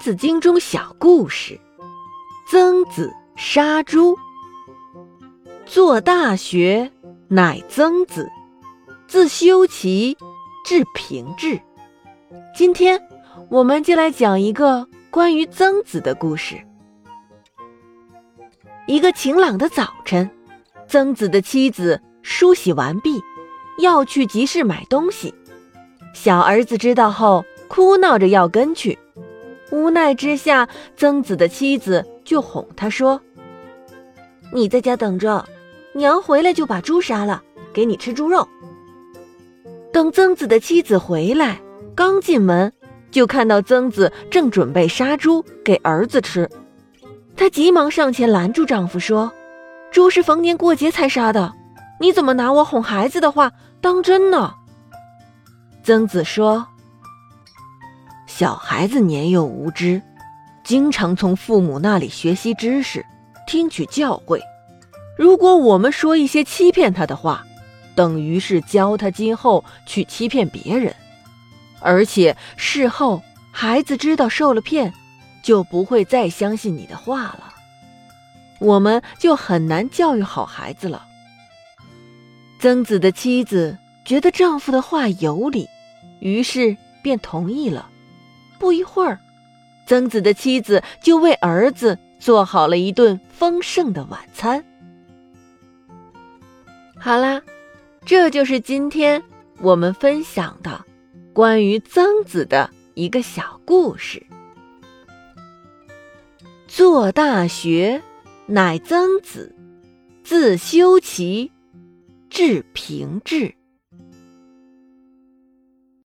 子经》中小故事：曾子杀猪。作大学，乃曾子，自修齐至平治。今天我们就来讲一个关于曾子的故事。一个晴朗的早晨，曾子的妻子梳洗完毕，要去集市买东西。小儿子知道后，哭闹着要跟去。无奈之下，曾子的妻子就哄他说：“你在家等着，娘回来就把猪杀了，给你吃猪肉。”等曾子的妻子回来，刚进门就看到曾子正准备杀猪给儿子吃。她急忙上前拦住丈夫说：“猪是逢年过节才杀的，你怎么拿我哄孩子的话当真呢？”曾子说：“小孩子年幼无知，经常从父母那里学习知识，听取教诲。如果我们说一些欺骗他的话，等于是教他今后去欺骗别人。而且事后孩子知道受了骗，就不会再相信你的话了，我们就很难教育好孩子了。”曾子的妻子觉得丈夫的话有理，于是便同意了。不一会儿，曾子的妻子就为儿子做好了一顿丰盛的晚餐。好啦，这就是今天我们分享的关于曾子的一个小故事。作大学，乃曾子，自修齐至平治。